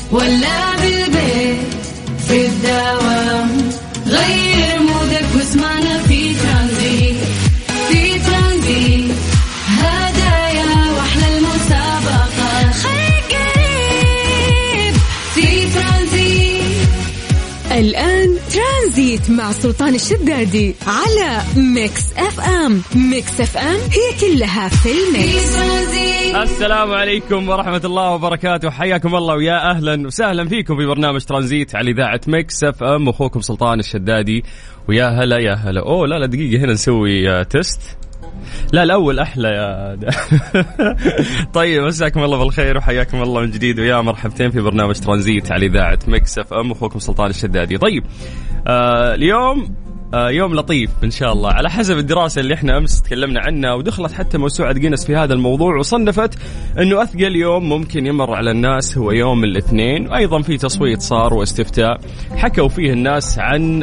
ولا بالبيت في الدوام، غير مودك واسمعنا في ترانزيت. في ترانزيت هدايا واحلى المسابقة، خليك قريب في ترانزيت. الآن ترانزيت مع سلطان الشدادي على ميكس اف ام. ميكس اف ام هي كلها في الميكس. السلام عليكم ورحمة الله وبركاته، حياكم الله ويا أهلا وسهلا فيكم في برنامج ترانزيت على إذاعة ميكس اف ام. أخوكم سلطان الشدادي، ويا هلا يا هلا. أوه لا دقيقة، هنا نسوي تيست. لا الأول أحلى يا طيب مساكم الله بالخير وحياكم الله من جديد ويا مرحبتين في برنامج ترانزيت على إذاعة ميكس اف ام. أخوكم سلطان الشدادي. طيب اليوم يوم لطيف إن شاء الله على حسب الدراسة اللي احنا أمس تكلمنا عنها، ودخلت حتى موسوعة جينيس في هذا الموضوع وصنفت أنه أثقل يوم ممكن يمر على الناس هو يوم الاثنين. وأيضا في تصويت صار واستفتاء حكوا فيه الناس عن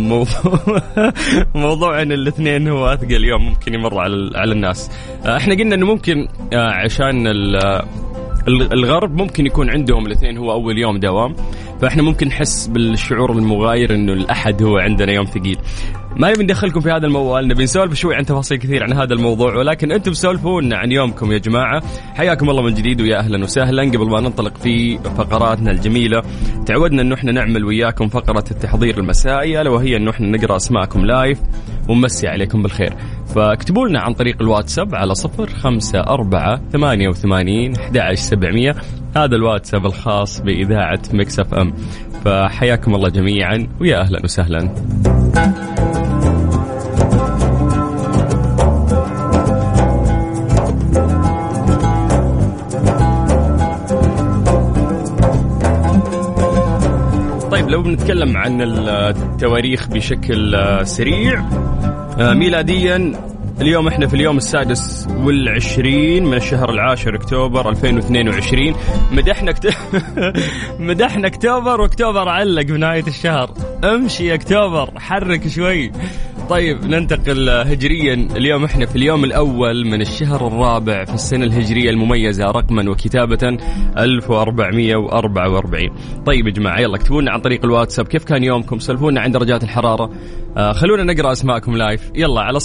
موضوع أن الاثنين هو أثقل يوم ممكن يمر على الناس. احنا قلنا أنه ممكن عشان الغرب ممكن يكون عندهم الاثنين هو أول يوم دوام، فإحنا ممكن نحس بالشعور المغاير إنه الأحد هو عندنا يوم ثقيل. ما يبي ندخلكم في هذا الموال، نبي نسولف شوي عن تفاصيل كثير عن هذا الموضوع، ولكن أنتم سولفونا عن يومكم يا جماعة. حياكم الله من جديد ويا أهلا وسهلا. قبل ما ننطلق في فقراتنا الجميلة، تعودنا إنه إحنا نعمل وياكم فقرة التحضير المسائي، ألا وهي إنه إحنا نقرأ أسماءكم لايف ونمسي عليكم بالخير. فاكتبوا لنا عن طريق الواتساب على 0548811700. هذا الواتساب الخاص بإذاعة ميكس اف ام. فحياكم الله جميعا ويا أهلا وسهلا. طيب لو بنتكلم عن التواريخ بشكل سريع، ميلاديا اليوم احنا في اليوم 26 من الشهر 10 أكتوبر 2022. مدحنا أكتوبر، وأكتوبر علق بنهاية الشهر. امشي يا أكتوبر، حرك شوي. طيب ننتقل هجريا، اليوم احنا في اليوم الأول من الشهر الرابع في السنة الهجرية المميزة رقما وكتابة 1444. طيب يا جماعة يلا اكتبونا عن طريق الواتساب كيف كان يومكم، سلفونا عن درجات الحرارة. خلونا نقرأ أسماءكم لايف يلا على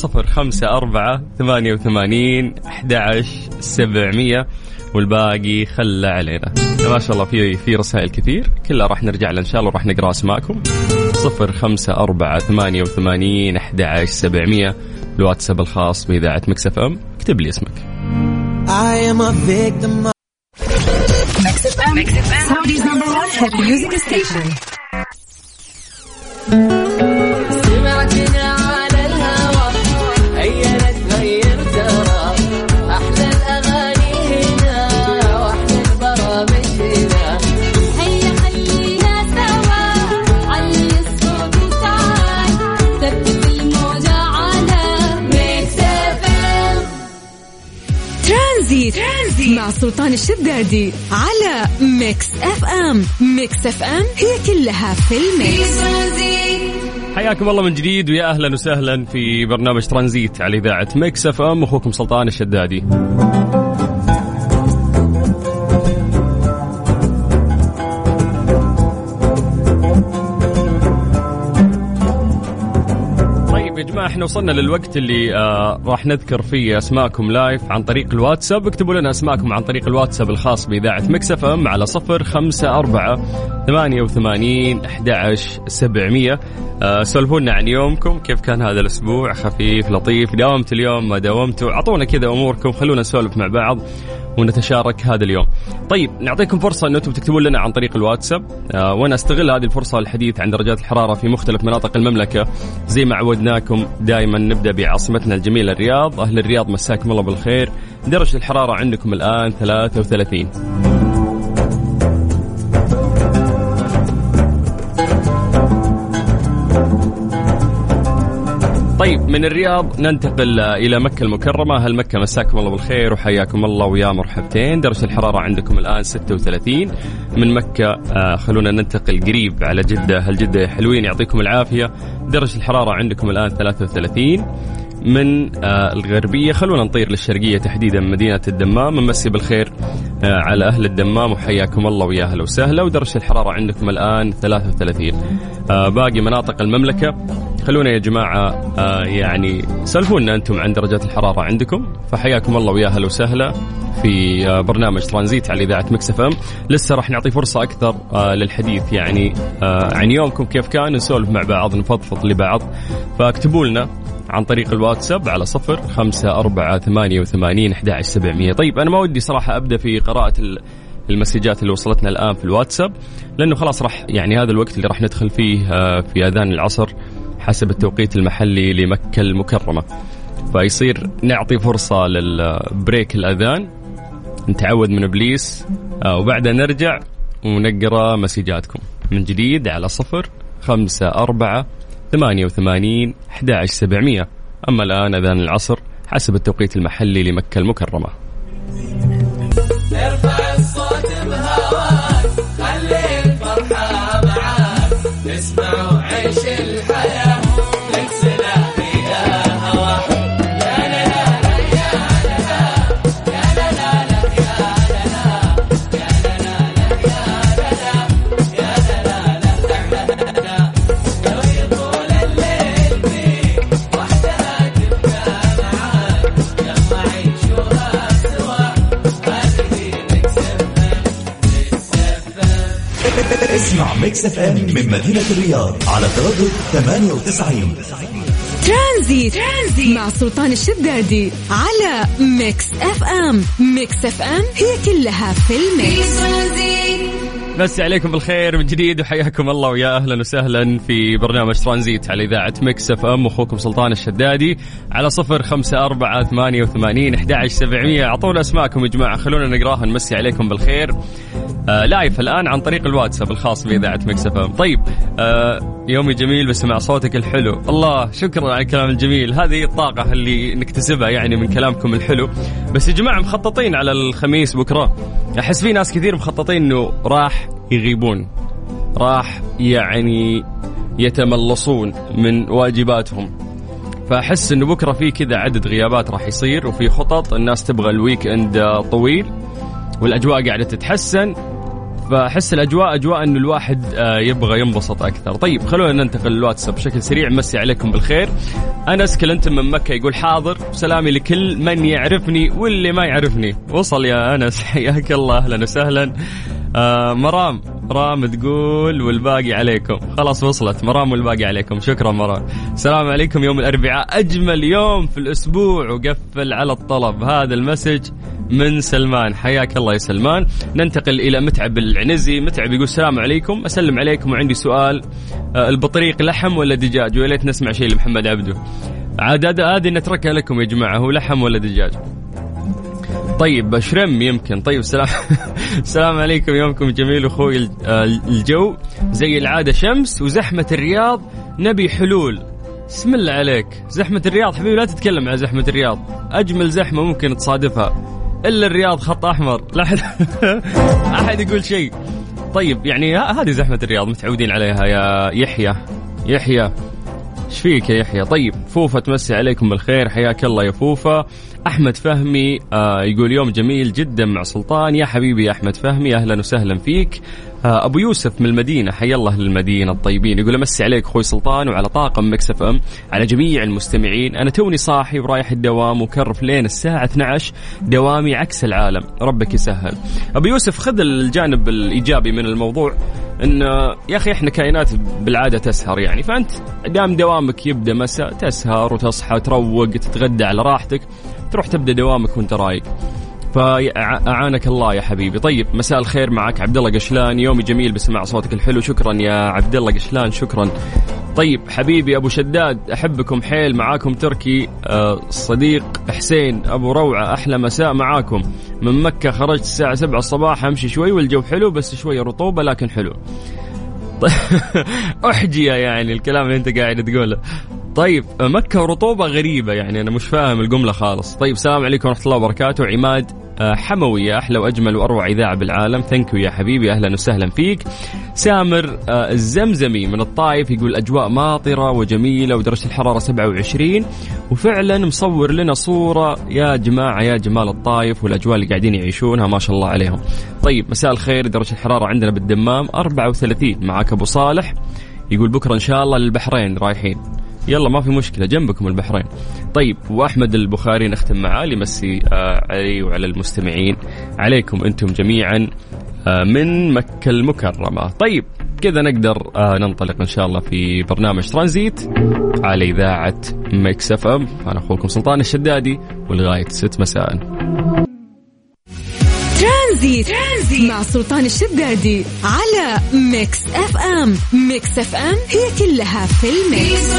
0548811700 والباقي خلى علينا. ما شاء الله في رسائل كثير كلها راح نرجع لها إن شاء الله، راح نقرأ أسماءكم. 0548811700 الواتساب الخاص بإذاعة ميكس اف ام. اكتب لي اسمك. ميكس اف ام Saudi's number one hit music station. مع سلطان الشدادي على ميكس اف ام. ميكس اف ام هي كلها في الميكس. حياكم الله من جديد ويا أهلا وسهلا في برنامج ترانزيت على إذاعة ميكس اف ام. أخوكم سلطان الشدادي. احنا وصلنا للوقت اللي راح نذكر فيه اسماءكم لايف عن طريق الواتساب. اكتبوا لنا اسماءكم عن طريق الواتساب الخاص بإذاعة ميكس اف ام على 0548811700. سولفونا عن يومكم، كيف كان هذا الاسبوع، خفيف لطيف، داومت اليوم ما داومتوا، اعطونا كذا اموركم، خلونا نسولف مع بعض ونتشارك هذا اليوم. طيب نعطيكم فرصة أن أنتم تكتبون لنا عن طريق الواتساب، وأنا أستغل هذه الفرصة الحديث عن درجات الحرارة في مختلف مناطق المملكة. زي ما عودناكم دائما نبدأ بعاصمتنا الجميلة الرياض. أهل الرياض مساكم الله بالخير. درجة الحرارة عندكم الآن 33. طيب من الرياض ننتقل إلى مكة المكرمة. أهل مكة مساكم الله بالخير وحياكم الله ويا مرحبتين. درجة الحرارة عندكم الآن 36. من مكة خلونا ننتقل قريب على جدة. هل جدة حلوين يعطيكم العافية. درجة الحرارة عندكم الآن 33. من الغربية. خلونا نطير للشرقية تحديدا مدينة الدمام. نمسي بالخير على أهل الدمام وحياكم الله ويا أهلا وسهلا. ودرجة الحرارة عندكم الآن 33. باقي مناطق المملكة خلونا يا جماعة يعني سلفونا أنتم عن درجات الحرارة عندكم. فحياكم الله ويا أهلا وسهلا في برنامج ترانزيت على إذاعة ميكس اف ام. لسه راح نعطي فرصة أكثر للحديث يعني عن يومكم كيف كان، نسولف مع بعض، نفضفض لبعض. فاكتبوا لنا عن طريق الواتساب على 0548811700. طيب أنا ما ودي صراحة أبدأ في قراءة المسجات اللي وصلتنا الآن في الواتساب، لأنه خلاص راح يعني هذا الوقت اللي راح ندخل فيه في أذان العصر حسب التوقيت المحلي لمكة المكرمة، فيصير نعطي فرصة للبريك الأذان، نتعود من إبليس، وبعدها نرجع ونقرأ مسجاتكم من جديد على 0548811700. أما الآن أذان العصر حسب التوقيت المحلي لمكة المكرمة. ارفع الصوت بهواك خلي الفرحة معاك، اسمع وعيش الحياة نكسنا فيها هواك. يا لا لا لا يا لا يا لا لا لا يا لا يا لا لا يا لا يا لو يطول الليل فيك وحدها تبقى معاك، يلا عيشوها سوا. اسمع ميكس اف ام من مدينة الرياض على تردد 98. ترانزيت مع سلطان الشدادي على ميكس اف ام. ميكس اف ام هي كلها في الميكس. بس عليكم بالخير من جديد وحياكم الله ويا أهلا وسهلا في برنامج ترانزيت على إذاعة ميكس اف ام. أخوكم سلطان الشدادي على 0548811700. أعطونا أسماءكم يا جماعة خلونا نقراها نمسي عليكم بالخير لايف الآن عن طريق الواتساب الخاص بإذاعة ميكس اف ام. طيب يومي جميل بسمع صوتك الحلو. الله شكرا على الكلام الجميل، هذه الطاقة اللي نكتسبها يعني من كلامكم الحلو. بس يا جماعة مخططين على الخميس بكرة، أحس في ناس كثير مخططين إنه راح يغيبون، راح يعني يتملصون من واجباتهم. فأحس إنه بكرة في كذا عدد غيابات راح يصير، وفي خطط الناس تبغى الويك إند طويل والأجواء قاعدة تتحسن. فأحس الأجواء أجواء إنه الواحد يبغى ينبسط أكثر. طيب خلونا ننتقل للواتساب بشكل سريع. مسي عليكم بالخير. أنس كلنتم من مكة يقول حاضر، سلامي لكل من يعرفني واللي ما يعرفني. وصل يا أنس حياك الله أهلا وسهلا. مرام تقول والباقي عليكم. خلاص وصلت مرام والباقي عليكم. شكرا مرام. السلام عليكم يوم الأربعاء أجمل يوم في الأسبوع وقفل على الطلب. هذا المسج من سلمان حياك الله يا سلمان. ننتقل إلى متعب العنزي. متعب يقول السلام عليكم، أسلم عليكم وعندي سؤال، البطريق لحم ولا دجاج؟ وليت نسمع شيء لمحمد عبده. عاد هذه نتركها لكم يا جماعة، هو لحم ولا دجاج؟ طيب شرم يمكن. طيب السلام عليكم يومكم جميل أخوي. الجو زي العادة شمس وزحمة الرياض، نبي حلول. بسم الله عليك. زحمة الرياض حبيبي لا تتكلم عن زحمة الرياض، أجمل زحمة ممكن تصادفها إلا الرياض خط أحمر، لا أحد يقول شيء. طيب يعني هذه زحمة الرياض متعودين عليها. يا يحيى ايش فيك يا يحيى؟ طيب فوفة تمسي عليكم بالخير حياك الله يا فوفة. أحمد فهمي يقول يوم جميل جدا مع سلطان. يا حبيبي يا أحمد فهمي أهلا وسهلا فيك. أبو يوسف من المدينة حيا الله للمدينة الطيبين يقول أمسي عليك أخوي سلطان وعلى طاقم ميكس اف ام، على جميع المستمعين. أنا توني صاحي ورايح الدوام وكرف لين الساعة 12 دوامي عكس العالم، ربك يسهل. أبو يوسف خذ الجانب الإيجابي من الموضوع، إن يا أخي إحنا كائنات بالعادة تسهر يعني، فأنت دام دوامك يبدأ مساء تسهر وتصحى تروق تتغدى على راحتك تروح تبدأ دوامك وانت رايق، فأعانك الله يا حبيبي. طيب مساء الخير، معك عبد الله قشلان، يومي جميل بسمع صوتك الحلو. شكرا يا عبد الله قشلان شكرا. طيب حبيبي أبو شداد أحبكم حيل، معاكم تركي صديق حسين أبو روعة، أحلى مساء معاكم من مكة. خرجت الساعة 7 الصباح أمشي شوي والجو حلو بس شوية رطوبة لكن حلو. أحجية يعني الكلام اللي أنت قاعد تقوله. طيب مكة ورطوبة غريبة يعني أنا مش فاهم الجملة خالص. طيب السلام عليكم ورحمة الله وبركاته. عماد حموي، أحلى وأجمل وأروع إذاعة بالعالم. ثانكيو يا حبيبي، أهلا وسهلا فيك. سامر الزمزمي من الطائف يقول أجواء ماطرة وجميلة ودرجة الحرارة 27، وفعلا مصور لنا صورة يا جماعة يا جمال الطائف والأجواء اللي قاعدين يعيشونها ما شاء الله عليهم. طيب مساء الخير، درجة الحرارة عندنا بالدمام 34. معك أبو صالح يقول بكرة إن شاء الله للبحرين رايحين، يلا ما في مشكلة جنبكم البحرين. طيب وأحمد البخاري نختم معاه لمسي علي وعلى المستمعين عليكم أنتم جميعا من مكة المكرمة. طيب كذا نقدر ننطلق إن شاء الله في برنامج ترانزيت على إذاعة ميكس اف ام. أنا أخوكم سلطان الشدادي ولغاية 6 مساء. ترانزيت مع سلطان الشدادي على ميكس اف ام. ميكس اف ام هي كلها في الميكس.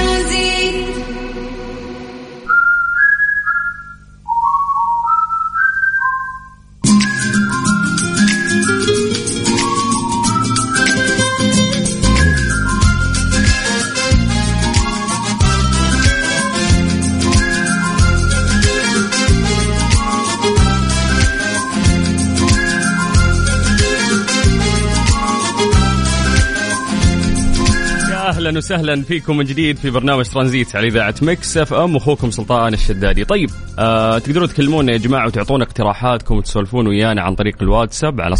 أهلا وسهلا فيكم من جديد في برنامج ترانزيت على إذاعة ميكس اف ام، أخوكم سلطان الشدادي. طيب تقدرون تكلمونا يا جماعة وتعطونا اقتراحاتكم وتسولفون ويانا عن طريق الواتساب على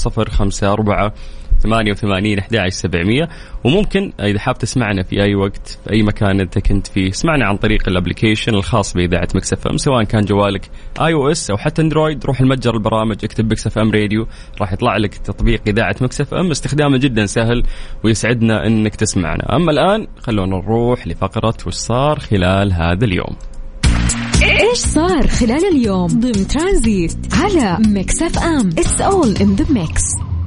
0548811700. وممكن إذا حاب تسمعنا في أي وقت في أي مكان أنت كنت فيه، اسمعنا عن طريق الابليكيشن الخاص بإذاعة ميكس اف ام، سواء كان جوالك iOS أو حتى اندرويد. روح المتجر البرامج اكتب ميكس اف ام راديو، راح يطلع لك تطبيق إذاعة ميكس اف ام. استخدامه جدا سهل ويسعدنا أنك تسمعنا. أما الآن خلونا نروح لفقرة وش صار خلال هذا اليوم. إيش صار خلال اليوم ضمن ترانزيت على ميكس اف ام. It's all in the mix.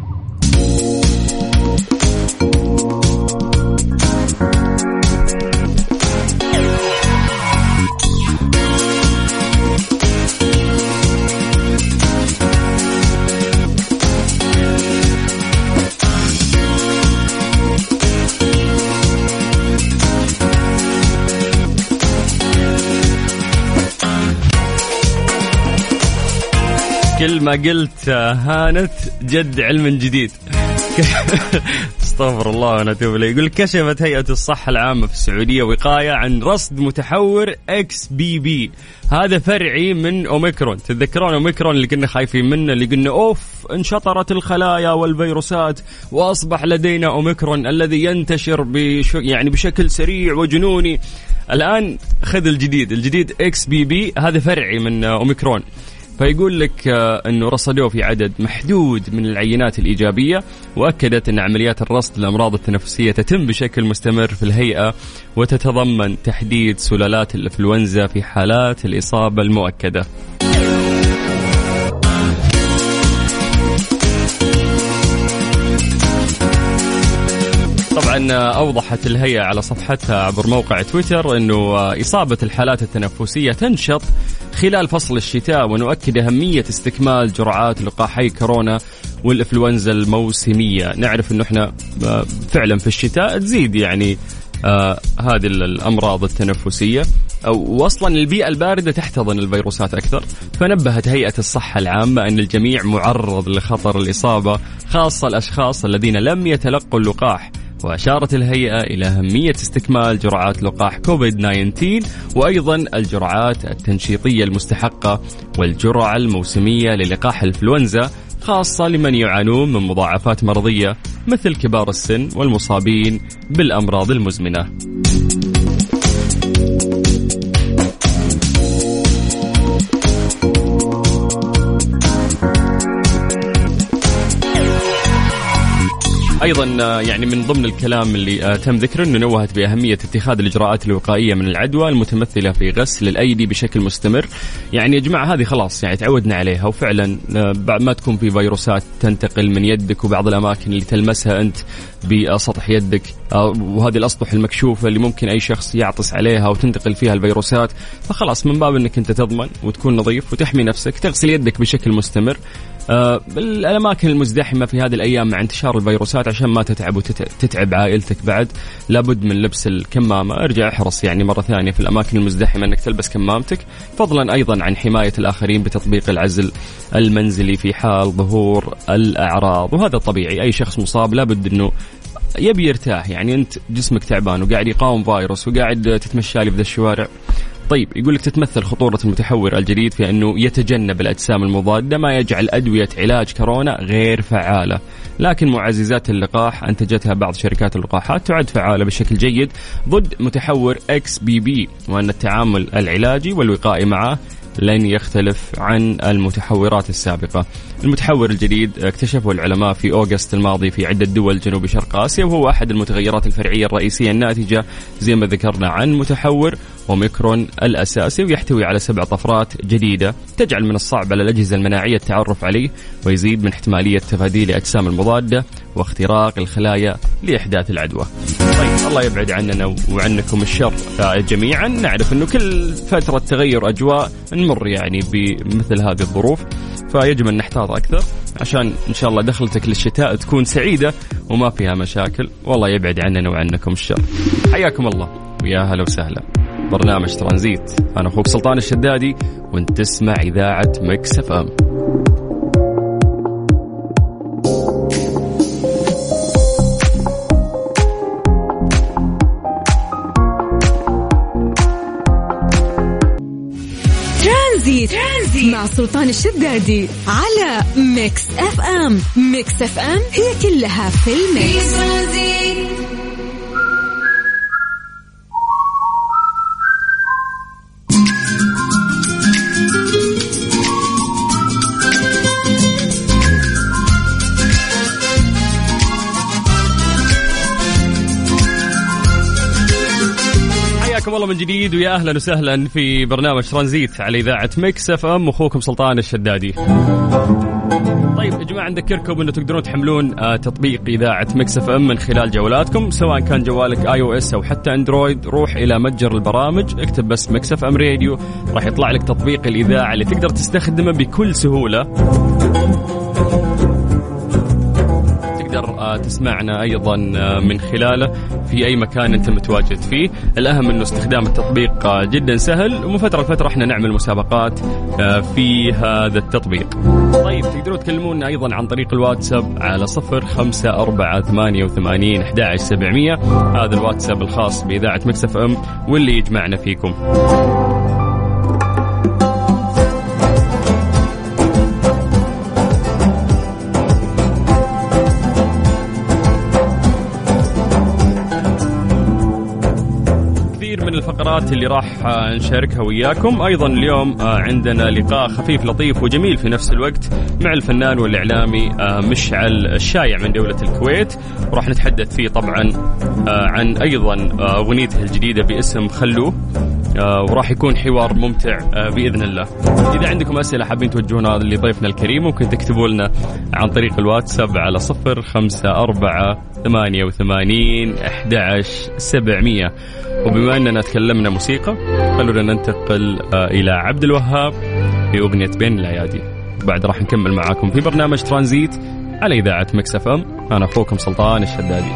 كل ما قلت هانت جد علم جديد. استغفر الله ونتوب إليه. يقول كشفت هيئة الصحة العامة في السعودية وقاية عن رصد متحور XBB، هذا فرعي من أوميكرون. تتذكرون أوميكرون اللي كنا خايفين منه، اللي قلنا أوف انشطرت الخلايا والفيروسات وأصبح لدينا أوميكرون الذي ينتشر بشكل سريع وجنوني. الآن خذ الجديد XBB، هذا فرعي من أوميكرون. فيقول لك أنه رصدوه في عدد محدود من العينات الإيجابية، وأكدت أن عمليات الرصد للأمراض التنفسية تتم بشكل مستمر في الهيئة، وتتضمن تحديد سلالات الإنفلونزا في حالات الإصابة المؤكدة. طبعا أوضحت الهيئة على صفحتها عبر موقع تويتر أنه إصابة الحالات التنفسية تنشط خلال فصل الشتاء، ونؤكد أهمية استكمال جرعات لقاحي كورونا والإنفلونزا الموسمية. نعرف أنه إحنا فعلا في الشتاء تزيد هذه الأمراض التنفسية، وأصلا البيئة الباردة تحتضن الفيروسات أكثر. فنبهت هيئة الصحة العامة أن الجميع معرض لخطر الإصابة، خاصة الأشخاص الذين لم يتلقوا اللقاح. وأشارت الهيئة إلى أهمية استكمال جرعات لقاح كوفيد-19 وأيضا الجرعات التنشيطية المستحقة والجرعة الموسمية للقاح الإنفلونزا، خاصة لمن يعانون من مضاعفات مرضية مثل كبار السن والمصابين بالأمراض المزمنة. أيضا من ضمن الكلام اللي تم ذكره أنه نوهت بأهمية اتخاذ الإجراءات الوقائية من العدوى المتمثلة في غسل الأيدي بشكل مستمر. يا جماعة هذه خلاص تعودنا عليها، وفعلا بعد ما تكون في فيروسات تنتقل من يدك وبعض الأماكن اللي تلمسها أنت بسطح يدك، وهذه الأسطح المكشوفة اللي ممكن أي شخص يعطس عليها وتنتقل فيها الفيروسات. فخلاص من باب أنك أنت تضمن وتكون نظيف وتحمي نفسك، تغسل يدك بشكل مستمر. الأماكن المزدحمة في هذه الأيام مع انتشار الفيروسات، عشان ما تتعب وتتعب عائلتك بعد، لابد من لبس الكمامة. ارجع احرص يعني مرة ثانية في الأماكن المزدحمة أنك تلبس كمامتك، فضلا أيضا عن حماية الآخرين بتطبيق العزل المنزلي في حال ظهور الأعراض. وهذا طبيعي، أي شخص مصاب لابد أنه يبي يرتاح. يعني أنت جسمك تعبان وقاعد يقاوم فيروس وقاعد تتمشى لي في ذا الشوارع. طيب يقول لك تتمثل خطورة المتحور الجديد في أنه يتجنب الأجسام المضادة، ما يجعل أدوية علاج كورونا غير فعالة. لكن معززات اللقاح أنتجتها بعض شركات اللقاحات تعد فعالة بشكل جيد ضد متحور XBB، وأن التعامل العلاجي والوقائي معه لن يختلف عن المتحورات السابقة. المتحور الجديد اكتشفه العلماء في أغسطس الماضي في عدة دول جنوب شرق آسيا، وهو أحد المتغيرات الفرعية الرئيسية الناتجة زي ما ذكرنا عن متحور أوميكرون الأساسي، ويحتوي على 7 طفرات جديدة تجعل من الصعب على الأجهزة المناعية التعرف عليه، ويزيد من احتمالية تفادي الأجسام المضادة واختراق الخلايا لإحداث العدوى. طيب الله يبعد عننا وعنكم الشر جميعا. نعرف أنه كل فترة تغير أجواء نمر يعني بمثل هذه الظروف، فيجب أن نحتاط أكثر عشان إن شاء الله دخلتك للشتاء تكون سعيدة وما فيها مشاكل، والله يبعد عننا وعنكم الشر. حياكم الله ويا هلا وسهلا، برنامج ترانزيت، أنا أخوك سلطان الشدادي وانت تسمع إذاعة ميكس اف ام. ترانزيت مع سلطان الشدادي على ميكس اف ام. ميكس اف ام هي كلها في الميكس. والله من جديد ويا أهلا وسهلا في برنامج ترانزيت على إذاعة ميكس اف ام، أخوكم سلطان الشدادي. طيب يا جماعة نذكركم أنه تقدرون تحملون تطبيق إذاعة ميكس اف ام من خلال جوالاتكم، سواء كان جوالك iOS أو حتى أندرويد. روح إلى متجر البرامج، اكتب بس ميكس اف ام راديو، راح يطلع لك تطبيق الإذاعة اللي تقدر تستخدمه بكل سهولة. تسمعنا أيضا من خلاله في أي مكان أنت متواجد فيه. الأهم أنه استخدام التطبيق جدا سهل، ومن فترة لفترة احنا نعمل مسابقات في هذا التطبيق. طيب تقدروا تكلمونا أيضا عن طريق الواتساب على 0548811700. هذا الواتساب الخاص بإذاعة ميكس اف ام واللي يجمعنا فيكم. الفقرات اللي راح نشاركها وياكم. أيضا اليوم عندنا لقاء خفيف لطيف وجميل في نفس الوقت مع الفنان والإعلامي مشعل الشايع من دولة الكويت، وراح نتحدث فيه طبعا عن أيضا أغنيته الجديدة باسم خلوه، وراح يكون حوار ممتع بإذن الله. إذا عندكم أسئلة حابين توجهونها لضيفنا الكريم ممكن تكتبوا لنا عن طريق الواتساب على 0548811700. وبما أننا تكلمنا موسيقى خلونا ننتقل إلى عبد الوهاب في أغنية بين الأيادي، وبعد راح نكمل معاكم في برنامج ترانزيت على إذاعة ميكس اف ام. أنا أخوكم سلطان الشدادي.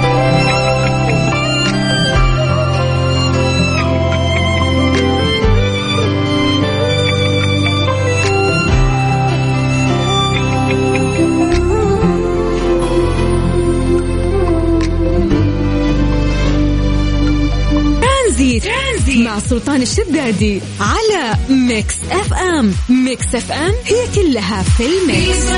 مع سلطان الشدادي على ميكس اف ام. ميكس اف ام هي كلها في الميكس.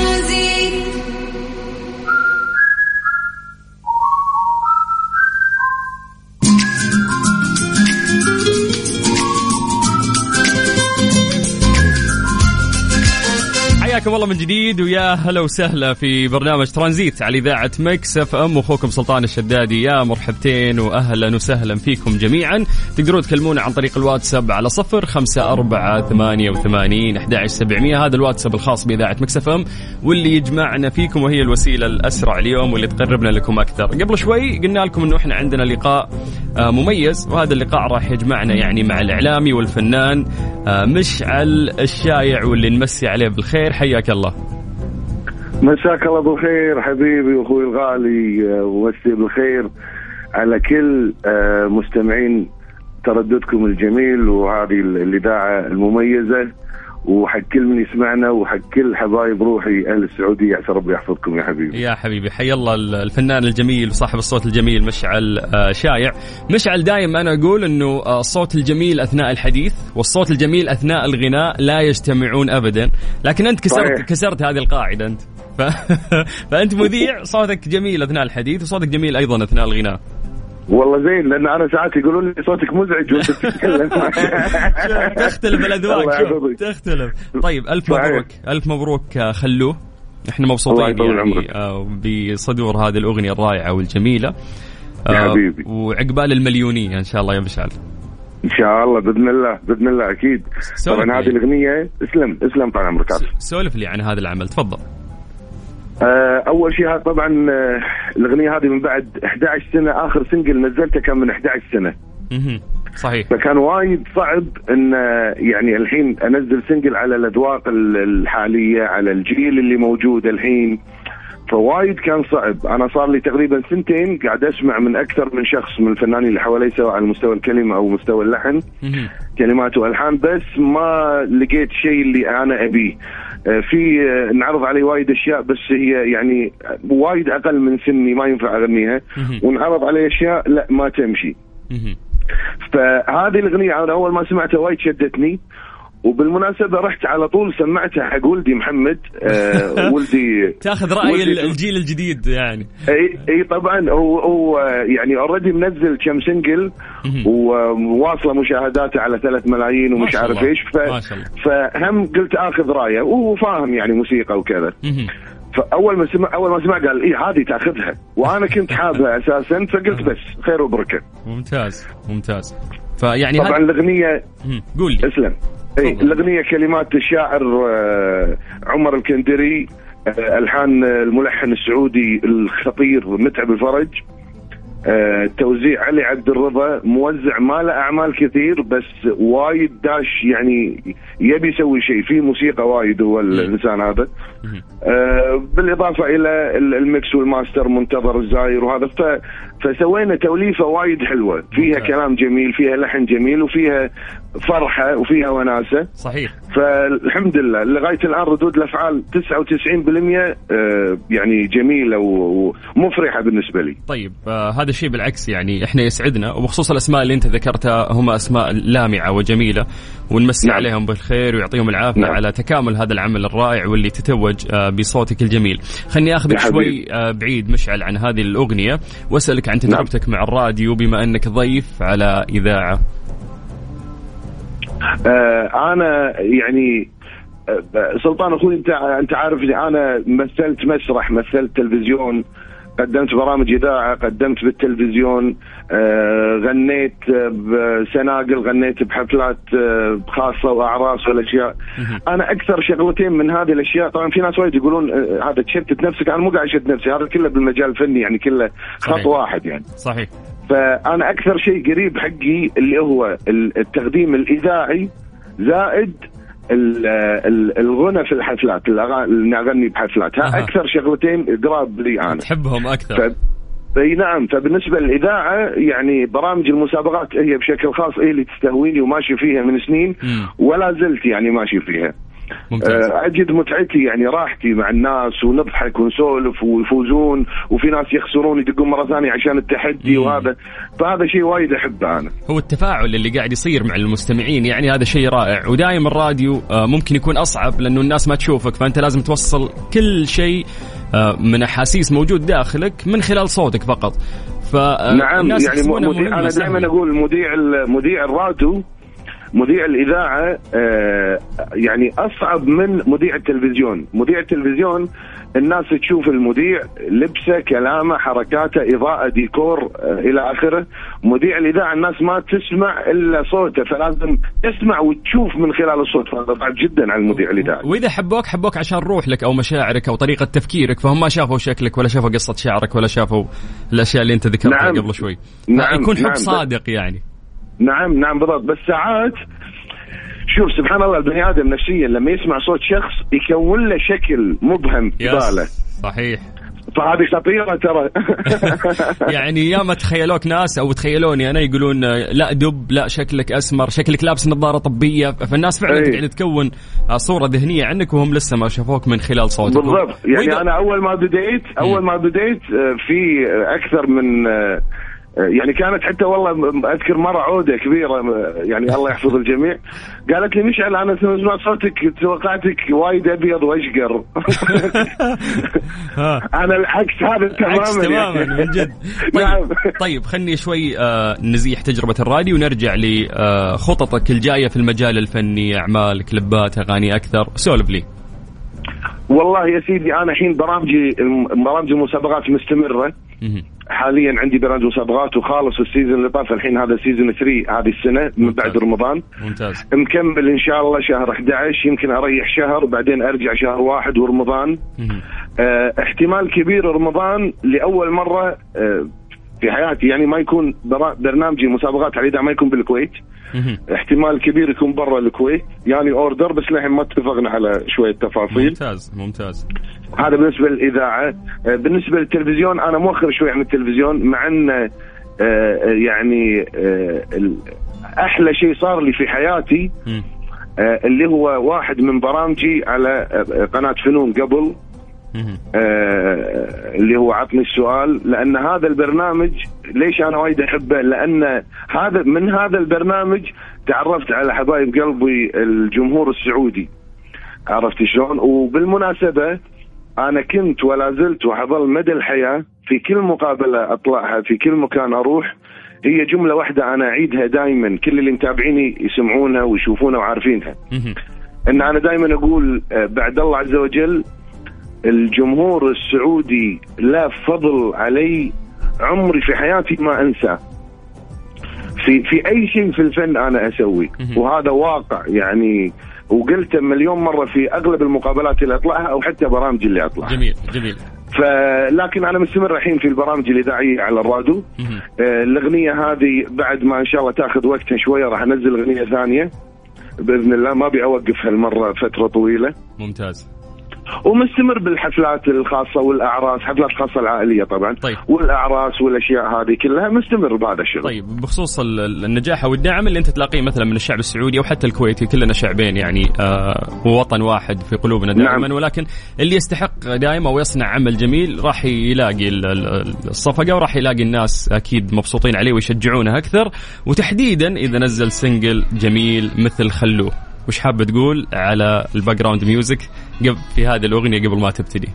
حياكم الله من جديد ويا هلا وسهلا في برنامج ترانزيت على إذاعة ميكس اف ام، أخوكم سلطان الشدادي. يا مرحبتين وأهلا وسهلا فيكم جميعا. تقدرون تكلمونا عن طريق الواتساب على 0548811700. هذا الواتساب الخاص بإذاعة ميكس اف ام واللي يجمعنا فيكم، وهي الوسيلة الأسرع اليوم واللي تقربنا لكم أكثر. قبل شوي قلنا لكم أنه إحنا عندنا لقاء مميز، وهذا اللقاء راح يجمعنا يعني مع الإعلامي والفنان مشعل الشايع واللي نمسي عليه بالخير. حياك الله. مساك الله بالخير حبيبي واخوي الغالي، ومسي بالخير على كل مستمعين ترددكم الجميل وهذه الإذاعة المميزة، وحق كل من يسمعنا وحق كل حبايب روحي أهل السعودية. عسى ربي يحفظكم يا حبيبي. يا حبيبي حي الله الفنان الجميل وصاحب الصوت الجميل مشعل شايع. مشعل دائما أنا أقول أنه الصوت الجميل أثناء الحديث والصوت الجميل أثناء الغناء لا يجتمعون أبدا، لكن أنت كسرت هذه القاعدة أنت. فأنت مذيع صوتك جميل أثناء الحديث وصوتك جميل أيضا أثناء الغناء. والله زين، لأن أنا ساعات يقولون لي صوتك مزعج وأنت تتكلم. تختلف الأذواق، تختلف. طيب ألف مبروك، ألف مبروك خلوه. إحنا مبسوطين يعني بصدور هذه الأغنية الرائعة والجميلة يا حبيبي، وعقبال المليونية إن شاء الله يا مشعل. إن شاء الله بإذن الله، بإذن الله أكيد. طبعا هذه الأغنية اسلم طال عمرك. سولف لي عن هذا العمل تفضل. أول شيء طبعا الأغنية هذه من بعد 11 سنة، آخر سنجل نزلته كان من 11 سنة. صحيح. فكان وايد صعب إن يعني الحين أنزل سنجل على الأذواق الحالية، على الجيل اللي موجود الحين، فوايد كان صعب. أنا صار لي تقريبا 2 قاعد أسمع من أكثر من شخص من الفنانين اللي حوالي، سواء على مستوى الكلمة أو مستوى اللحن، كلمات وألحان، بس ما لقيت شيء اللي أنا أبيه. في نعرض عليه وايد أشياء بس هي يعني وايد أقل من سني، ما ينفع أغنيها، ونعرض عليه أشياء لا ما تمشي. فهذه الأغنية أنا أول ما سمعتها وايد شدتني، وبالمناسبة رحت على طول سمعتها حق ولدي محمد. ولدي تاخذ رأي الجيل الجديد يعني. اي طبعا هو يعني اوريدي منزل كم سنجل وواصله مشاهداته على 3 ملايين ومش عارف ايش. فهم قلت اخذ رايه، وفاهم يعني موسيقى وكذا. فاول ما سمع قال ايه هذه تاخذها، وانا كنت حابها اساسا، فقلت بس خير وبركه. ممتاز. فيعني طبعا الاغنيه قول لي. اسلم. الأغنية كلمات الشاعر عمر الكندري، ألحان الملحن السعودي الخطير متعب الفرج، توزيع علي عبد الرضا، موزع ما له أعمال كثير بس وايد داش يعني يبي يسوي شيء، فيه موسيقى وايد هو الإنسان هذا. بالإضافة إلى الميكس والماستر منتظر الزاير وهذا. فسوينا توليفة وايد حلوة، فيها كلام جميل، فيها لحن جميل، وفيها فرحة وفيها وناسة. صحيح. فالحمد لله لغاية الآن ردود الأفعال 99% يعني جميلة ومفرحة بالنسبة لي. طيب هذا الشيء بالعكس يعني إحنا يسعدنا، وبخصوص الأسماء اللي أنت ذكرتها هم أسماء لامعة وجميلة، ونمسي عليهم بالخير ويعطيهم العافية على تكامل هذا العمل الرائع واللي تتوج بصوتك الجميل. خلني أخذك شوي بعيد مشعل عن هذه الأغنية وأسألك عن تجربتك مع الراديو بما أنك ضيف على إذاعة. أنا يعني سلطان أخوي أنت عارف أنا مثلت مسرح، مثلت تلفزيون، قدمت برامج إذاعة، قدمت بالتلفزيون، غنيت بسناقل، غنيت بحفلات خاصة وأعراس والأشياء. أنا أكثر شغلتين من هذه الأشياء، طبعا في ناس وايد يقولون هذا تشتت نفسك، أنا مو قاعد أشتت نفسي، هذا كله بالمجال الفني يعني كله خط واحد يعني. صحيح. فأنا أكثر شيء قريب حقي اللي هو التقديم الإذاعي زائد الغنى في الحفلات، اللي أغني بحفلات. أكثر شغلتين قراب لي أنا، تحبهم أكثر. اي نعم. فبالنسبة للإذاعة يعني برامج المسابقات هي بشكل خاص هي اللي تستهويني وماشي فيها من سنين، ولا زلت يعني ماشي فيها. أجد متعتي يعني راحتي مع الناس، ونضحك ونسولف ويفوزون، وفي ناس يخسرون يدقون مرة ثانية عشان التحدي وهذا. فهذا شيء وايد أحبه أنا، هو التفاعل اللي قاعد يصير مع المستمعين، يعني هذا شيء رائع. ودائما الراديو ممكن يكون أصعب لأنه الناس ما تشوفك، فأنت لازم توصل كل شيء من أحاسيس موجود داخلك من خلال صوتك فقط. نعم يعني أنا دائما أقول مذيع الراديو، مذيع الإذاعة يعني أصعب من مذيع التلفزيون. مذيع التلفزيون الناس تشوف المذيع لبسه، كلامه، حركاته، إضاءة، ديكور إلى آخره. مذيع الإذاعة الناس ما تسمع إلا صوته، فلازم تسمع وتشوف من خلال الصوت، فهذا صعب جدا على المذيع الإذاعة. وإذا حبوك عشان روحك أو مشاعرك أو طريقة تفكيرك، فهم ما شافوا شكلك ولا شافوا قصة شعرك ولا شافوا الأشياء اللي أنت ذكرتها قبل شوي. يكون حب صادق يعني. نعم بالضبط. بس ساعات شوف سبحان الله البني آدم نفسيا لما يسمع صوت شخص يكون له شكل مبهم في باله. صحيح. فهذه خطيرة ترى. يعني ياما تخيلوك ناس أو تخيلوني أنا يقولون لا دب، لا شكلك أسمر، شكلك لابس نظارة طبية، فالناس فعلا تقعد تكون صورة ذهنية عنك وهم لسه ما شافوك من خلال صوتك. بالضبط. يعني أنا أول ما بديت في أكثر من يعني كانت حتى والله أذكر مرة عودة كبيرة يعني الله يحفظ الجميع قالت لي مشعل أنا سمعت صوتك توقعتك وايد أبيض وأشقر. أنا العكس هذا تماما من جد. طيب خلني شوي نزيح تجربة الراديو ونرجع لخططك الجاية في المجال الفني، أعمال، كليبات، أغاني أكثر، سولف لي. والله يا سيدي أنا الحين برامج المسابقات مستمرة. حاليا عندي برامج مسابقات وخالص السيزون اللي طاف الحين هذا سيزون 3 هذه السنة من بعد رمضان. ممتاز. مكمل إن شاء الله شهر 11 يمكن أريح شهر وبعدين أرجع شهر 1 ورمضان. احتمال كبير رمضان لأول مرة في حياتي يعني ما يكون برنامجي مسابقات على ما يكون بالكويت. احتمال كبير يكون برا الكويت يعني اوردر بس لحين ما اتفقنا على شوية تفاصيل. ممتاز. هذا بالنسبة للإذاعة. بالنسبة للتلفزيون أنا مؤخر شوي عن التلفزيون مع أن يعني أحلى شيء صار لي في حياتي اللي هو واحد من برامجي على قناة فنون قبل اللي هو عطني السؤال. لأن هذا البرنامج ليش أنا وايد أحبه؟ لأن من هذا البرنامج تعرفت على حبايب قلبي الجمهور السعودي، عرفت شلون؟ وبالمناسبة أنا كنت ولا زلت وحظل مدى الحياة في كل مقابلة أطلعها في كل مكان أروح هي جملة واحدة أنا أعيدها دائما، كل اللي متابعيني يسمعونها ويشوفونها وعارفينها، إن أنا دائما أقول بعد الله عز وجل الجمهور السعودي لا فضل علي عمري في حياتي ما أنسى في أي شيء في الفن أنا أسوي، وهذا واقع يعني، وقلت مليون مرة في أغلب المقابلات اللي أطلعها أو حتى برامج اللي أطلعها. جميل. لكن أنا مستمر الحين في البرامج الإذاعية على الراديو. الأغنية هذه بعد ما إن شاء الله تأخذ وقتها شوية راح أنزل أغنية ثانية بإذن الله، ما بأوقف هالمرة فترة طويلة. ممتاز. ومستمر بالحفلات الخاصة والأعراس، حفلات خاصة العائلية طبعا. طيب. والأعراس والأشياء هذه كلها مستمر بهذا الشغل. طيب بخصوص النجاح والدعم اللي أنت تلاقيه مثلا من الشعب السعودي أو حتى الكويتي، كلنا شعبين يعني ووطن واحد في قلوبنا دائما. نعم. ولكن اللي يستحق دائما ويصنع عمل جميل راح يلاقي الصفقة وراح يلاقي الناس أكيد مبسوطين عليه ويشجعونه أكثر، وتحديدا إذا نزل سنجل جميل مثل خلوه. وش حابة تقول على الباك جراوند ميوزك في هذه الأغنية قبل ما تبتدي؟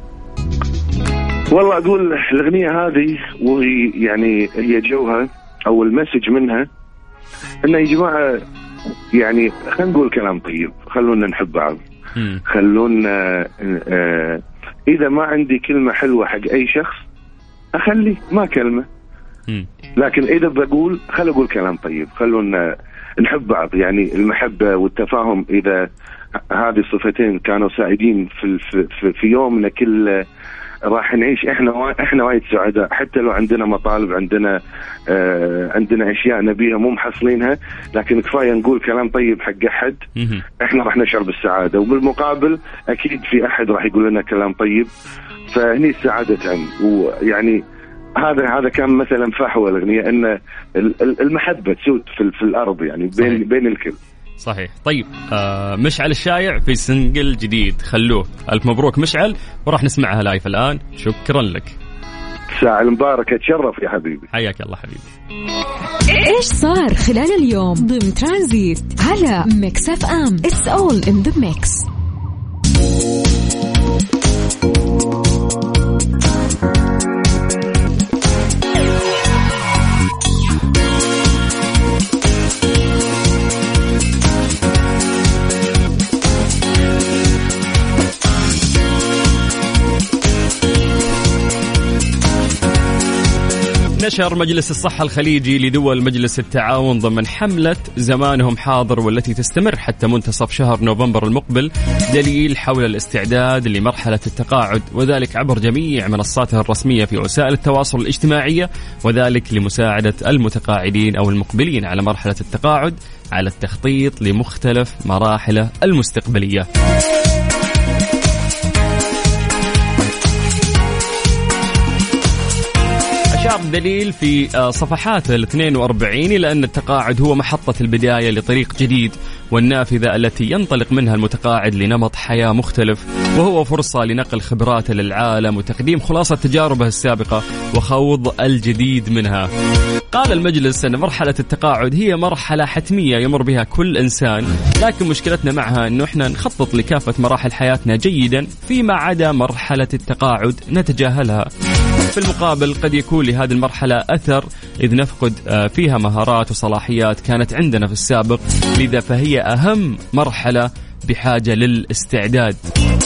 والله أقول الأغنية هذه وهي يعني هي جوها أو المسج منها إنه يا جماعة يعني خلينا نقول كلام طيب، خلونا نحب بعض، خلونا إذا ما عندي كلمة حلوة حق أي شخص أخلي ما كلمة، لكن إذا بقول خلي أقول كلام طيب، خلونا نحب بعض. يعني المحبة والتفاهم إذا هذه الصفتين كانوا سائدين في يومنا كله راح نعيش احنا وايد سعداء، حتى لو عندنا مطالب، عندنا اشياء نبيها مو محصلينها، لكن كفايه نقول كلام طيب حق احد احنا راح نشعر بالسعاده، وبالمقابل اكيد في احد راح يقول لنا كلام طيب، فهني السعاده تعم. ويعني هذا كان مثلا فحوى الأغنية أن المحبة تسود في الأرض يعني بين الكل. صحيح. طيب مشعل الشايع في سنجل جديد خلوه، ألف مبروك مشعل، وراح نسمعها لايف الآن. شكرا لك. ساعة المباركة، تشرف يا حبيبي. حياك الله حبيبي. إيش صار خلال اليوم ضمن ترانزيت على ميكس اف ام. It's all in the mix. نشر مجلس الصحة الخليجي لدول مجلس التعاون ضمن حملة زمانهم حاضر والتي تستمر حتى منتصف شهر نوفمبر المقبل دليل حول الاستعداد لمرحلة التقاعد، وذلك عبر جميع منصاتها الرسمية في وسائل التواصل الاجتماعية، وذلك لمساعدة المتقاعدين أو المقبلين على مرحلة التقاعد على التخطيط لمختلف مراحله المستقبلية. أشار الدليل في صفحاته 42 إلى أن التقاعد هو محطة البداية لطريق جديد والنافذة التي ينطلق منها المتقاعد لنمط حياة مختلف، وهو فرصة لنقل خبراته للعالم وتقديم خلاصة تجاربه السابقة وخوض الجديد منها. قال المجلس أن مرحلة التقاعد هي مرحلة حتمية يمر بها كل إنسان، لكن مشكلتنا معها أنه إحنا نخطط لكافة مراحل حياتنا جيدا فيما عدا مرحلة التقاعد نتجاهلها. في المقابل قد يكون لهذه المرحلة أثر إذ نفقد فيها مهارات وصلاحيات كانت عندنا في السابق، لذا فهي أهم مرحلة بحاجة للاستعداد.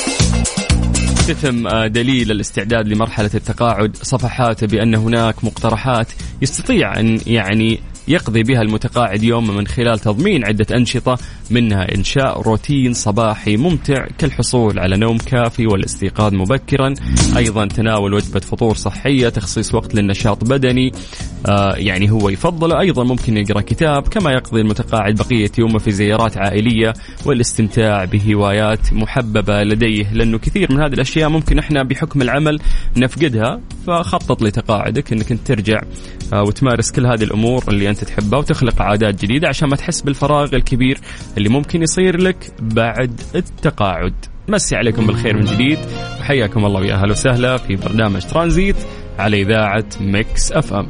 تتم دليل الاستعداد لمرحلة التقاعد صفحاته بأن هناك مقترحات يستطيع أن يقضي بها المتقاعد يوم من خلال تضمين عدة أنشطة، منها إنشاء روتين صباحي ممتع كالحصول على نوم كافي والاستيقاظ مبكرا، أيضا تناول وجبة فطور صحية، تخصيص وقت للنشاط بدني هو يفضل، أيضا ممكن يقرأ كتاب، كما يقضي المتقاعد بقية يومه في زيارات عائلية والاستمتاع بهوايات محببة لديه، لأنه كثير من هذه الأشياء ممكن إحنا بحكم العمل نفقدها. فخطط لتقاعدك أنك أنت ترجع وتمارس كل هذه الأمور اللي أنت تحبها وتخلق عادات جديدة عشان ما تحس بالفراغ الكبير اللي ممكن يصير لك بعد التقاعد. مسي عليكم بالخير من جديد وحياكم الله ويا أهلا وسهلا في برنامج ترانزيت على إذاعة ميكس اف ام.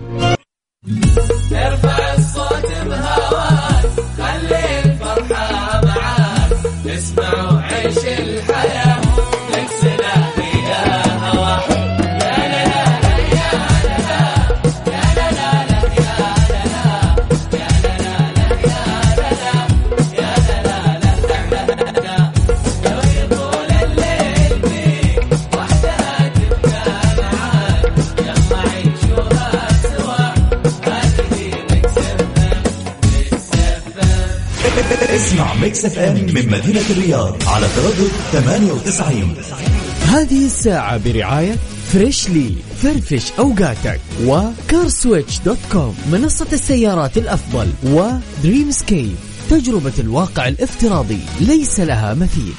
ارفع الصوت بهواك خلي الفرحة معاك اسمع وعيش الحياة اكسنا فيها هواك. اسمع ميكس اف ام من مدينة الرياض على تردد 98. هذه الساعة برعاية فريشلي، فرفش أوقاتك، وكارسويتش.com منصة السيارات الأفضل، ودريمسكيب تجربة الواقع الافتراضي ليس لها مثيل.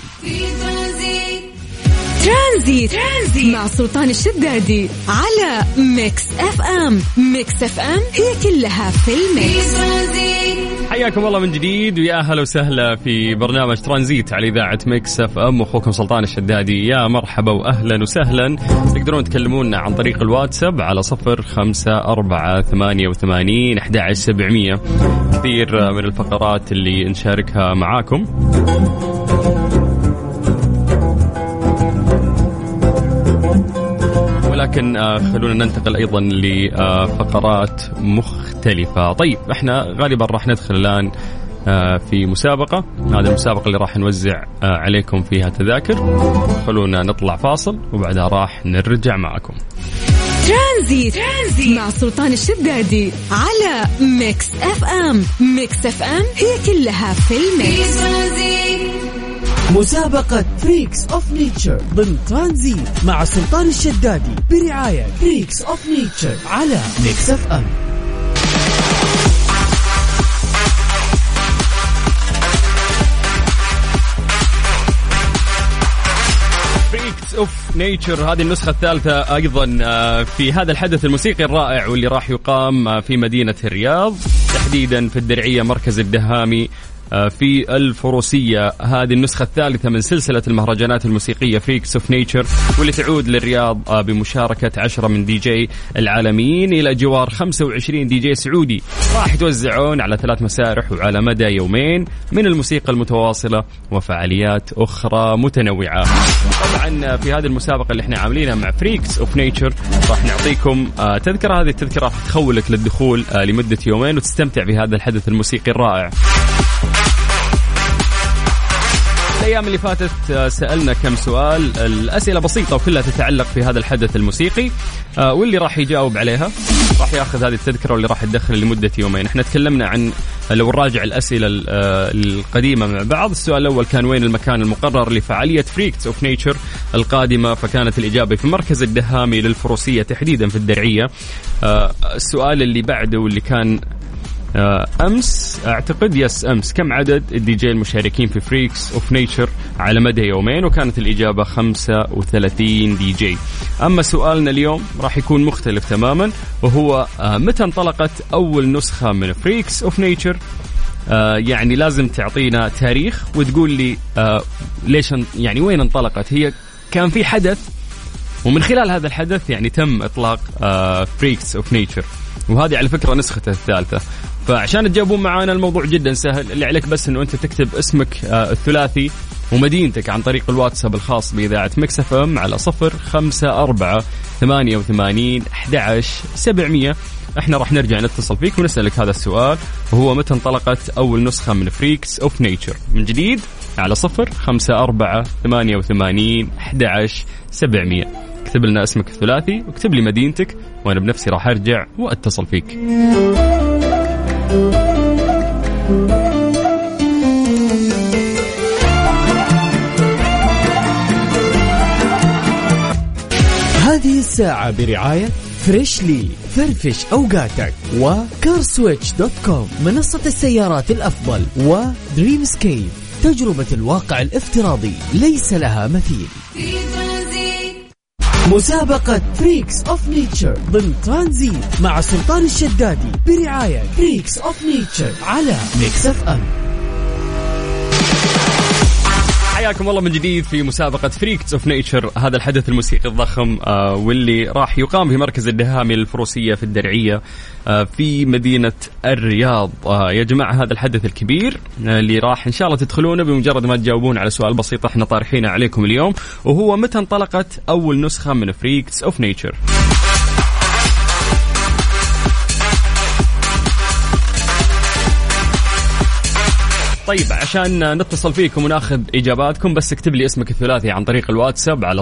ترانزيت مع سلطان الشدادي على ميكس اف ام. ميكس اف ام هي كلها في الميكس. حياكم الله من جديد ويا أهلا وسهلا في برنامج ترانزيت على إذاعة ميكس اف ام، أخوكم سلطان الشدادي. يا مرحبا وأهلا وسهلا. تقدرون تكلمونا عن طريق الواتساب على 0548811700. كثير من الفقرات اللي نشاركها معاكم. ولكن خلونا ننتقل أيضا لفقرات مختلفة. طيب احنا غالبا راح ندخل الآن في مسابقة، هذه المسابقة اللي راح نوزع عليكم فيها تذاكر. خلونا نطلع فاصل وبعدها راح نرجع معكم. ترانزيت مع سلطان الشدادي على ميكس اف ام. ميكس اف ام هي كلها في الميكس. مسابقة فريكس اوف نيتشر ضمن ترانزيت مع سلطان الشدادي برعاية فريكس اوف نيتشر على ميكس اف ام. فريكس اوف نيتشر هذه النسخة الثالثة أيضا في هذا الحدث الموسيقي الرائع واللي راح يقام في مدينة الرياض، تحديدا في الدرعية مركز الدهامي في الفروسية. هذه النسخة الثالثة من سلسلة المهرجانات الموسيقية فريكس اوف نيتشر، واللي تعود للرياض بمشاركة 10 من دي جي العالميين إلى جوار 25 دي جي سعودي، راح يتوزعون على 3 مسارح وعلى مدى يومين من الموسيقى المتواصلة وفعاليات أخرى متنوعة. طبعا في هذه المسابقة اللي احنا عاملينها مع فريكس اوف نيتشر راح نعطيكم تذكرة. هذه التذكرة راح تخولك للدخول لمدة يومين وتستمتع بهذا الحدث الموسيقي الرائع. الأيام اللي فاتت سألنا كم سؤال، الأسئلة بسيطة وكلها تتعلق في هذا الحدث الموسيقي، واللي راح يجاوب عليها راح ياخذ هذه التذكرة واللي راح تدخل لمدة يومين. احنا تكلمنا عن، لو نراجع الأسئلة القديمة مع بعض، السؤال الأول كان وين المكان المقرر لفعالية فريكس اوف نيتشر القادمة، فكانت الإجابة في مركز الدهامي للفروسية تحديدا في الدرعية. السؤال اللي بعده واللي كان أمس أعتقد أمس كم عدد الدي جي المشاركين في فريكس أوف نيتشر على مدى يومين؟ وكانت الإجابة 35 دي جي. أما سؤالنا اليوم راح يكون مختلف تماما، وهو متى انطلقت أول نسخة من فريكس أوف نيتشر؟ يعني لازم تعطينا تاريخ وتقول لي ليش يعني وين انطلقت. هي كان في حدث، ومن خلال هذا الحدث يعني تم إطلاق فريكس أوف نيتشر، وهذه على فكرة نسخته الثالثة. فعشان تجاوبون معانا الموضوع جدا سهل، اللي عليك بس أنه أنت تكتب اسمك الثلاثي ومدينتك عن طريق الواتساب الخاص بإذاعة ميكس اف ام على 0548811700. احنا راح نرجع نتصل فيك ونسألك هذا السؤال، وهو متى انطلقت أول نسخة من فريكس أوف نيتشر؟ من جديد على 0548811700. اكتب لنا اسمك الثلاثي واكتب لي مدينتك، وأنا بنفسي راح أرجع وأتصل فيك. هذه الساعة برعاية فريشلي، فرفش أوقاتك، وكارسويتش.com منصة السيارات الأفضل، ودريمسكيب تجربة الواقع الافتراضي ليس لها مثيل. مسابقة فريكس أوف نيتشر ضمن ترانزيت مع سلطان الشدادي برعاية فريكس أوف نيتشر على ميكس اف ام. حياكم الله من جديد في مسابقة فريكس أوف نيتشر، هذا الحدث الموسيقي الضخم واللي راح يقام في مركز الدهامي للفروسية في الدرعية في مدينة الرياض. يا جماعة هذا الحدث الكبير اللي راح إن شاء الله تدخلونه بمجرد ما تجاوبون على سؤال بسيط احنا طارحينه عليكم اليوم، وهو متى انطلقت أول نسخة من فريكس أوف نيتشر؟ طيب عشان نتصل فيكم وناخذ إجاباتكم بس اكتب لي اسمك الثلاثي عن طريق الواتساب على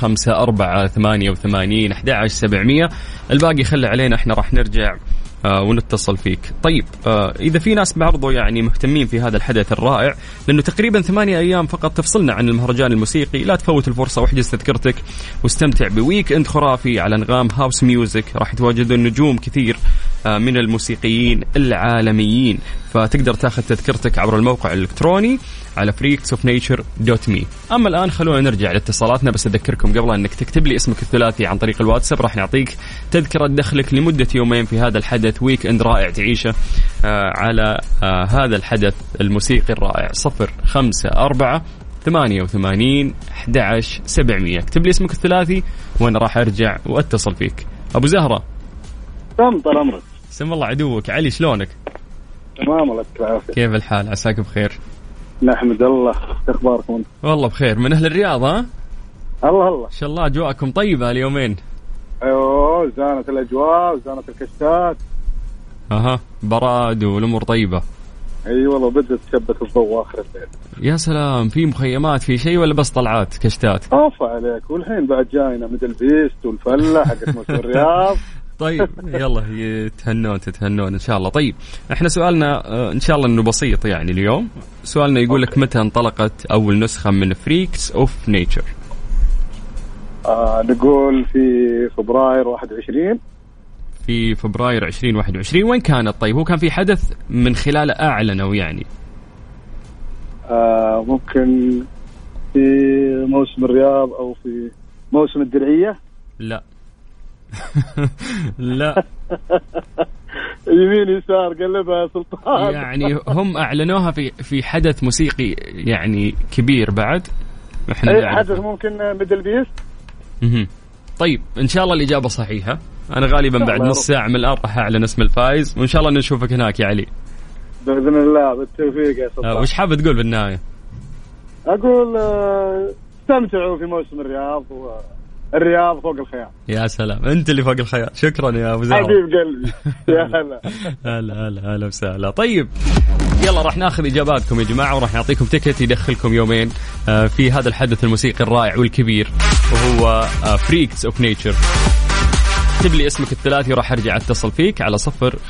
0548811700. الباقي خلي علينا، احنا راح نرجع ونتصل فيك. طيب إذا في ناس برضو يعني مهتمين في هذا الحدث الرائع، لأنه تقريبا 8 أيام فقط تفصلنا عن المهرجان الموسيقي، لا تفوت الفرصة واحجز تذكرتك واستمتع بويك اند خرافي على أنغام هاوس ميوزك. راح يتواجدون نجوم كثير من الموسيقيين العالميين، فتقدر تاخذ تذكرتك عبر الموقع الإلكتروني على freaksofnature.me. أما الآن خلونا نرجع لاتصالاتنا، بس أذكركم قبل أنك تكتب لي اسمك الثلاثي عن طريق الواتساب راح نعطيك تذكرة دخلك لمدة يومين في هذا الحدث، ويك اند رائع تعيشه على هذا الحدث الموسيقي الرائع. 0548811700. اكتب لي اسمك الثلاثي وأنا راح أرجع وأتصل فيك. أبو زهرة طال عمرك. سم الله عدوك علي، شلونك؟ تمام الله يعافيك. كيف الحال؟ عساك بخير. نحمد الله. اخباركم انت؟ والله بخير. من اهل الرياض ها؟ الله ان شاء الله اجواءكم طيبه اليومين. ايوه زانت الاجواء وزانت الكشتات. براد والامور طيبه. اي والله بدت تثبت الضوء اخر الليل. يا سلام، في مخيمات في شيء ولا بس طلعات كشتات؟ اوف عليك، والحين بعد جاينا ميدل بيست والفله حقت موسم الرياض. طيب يلا تتهنون ان شاء الله. طيب احنا سؤالنا ان شاء الله انه بسيط يعني اليوم. سؤالنا يقول لك متى انطلقت اول نسخة من فريكس اوف نيتشر؟ نقول في فبراير 21. في فبراير 2021. وين كانت؟ طيب هو كان في حدث من خلاله اعلنوا يعني؟ ممكن في موسم الرياض او في موسم الدرعية. لا لا يمين يسار قلبها يا سلطان. يعني هم اعلنوها في حدث موسيقي يعني كبير بعد. احنا حدث ممكن ميدل بيست. طيب ان شاء الله الاجابه صحيحه. انا غالبا بعد نص ساعه من الان راح اعلن اسم الفائز، وان شاء الله نشوفك هناك يا علي باذن الله. بالتوفيق يا سلطان. وش حاب تقول بالنهايه؟ اقول استمتعوا في موسم الرياض، الرياض فوق الخيال. يا سلام، انت اللي فوق الخيال. شكرا يا ابو زهر حبيب قلبي. يا هلا هلا وسهلا. طيب يلا راح ناخذ اجاباتكم يا جماعه، وراح نعطيكم تيكت يدخلكم يومين في هذا الحدث الموسيقي الرائع والكبير، وهو فريكس اوف نيتشر. اكتب لي اسمك الثلاثي وراح ارجع اتصل فيك على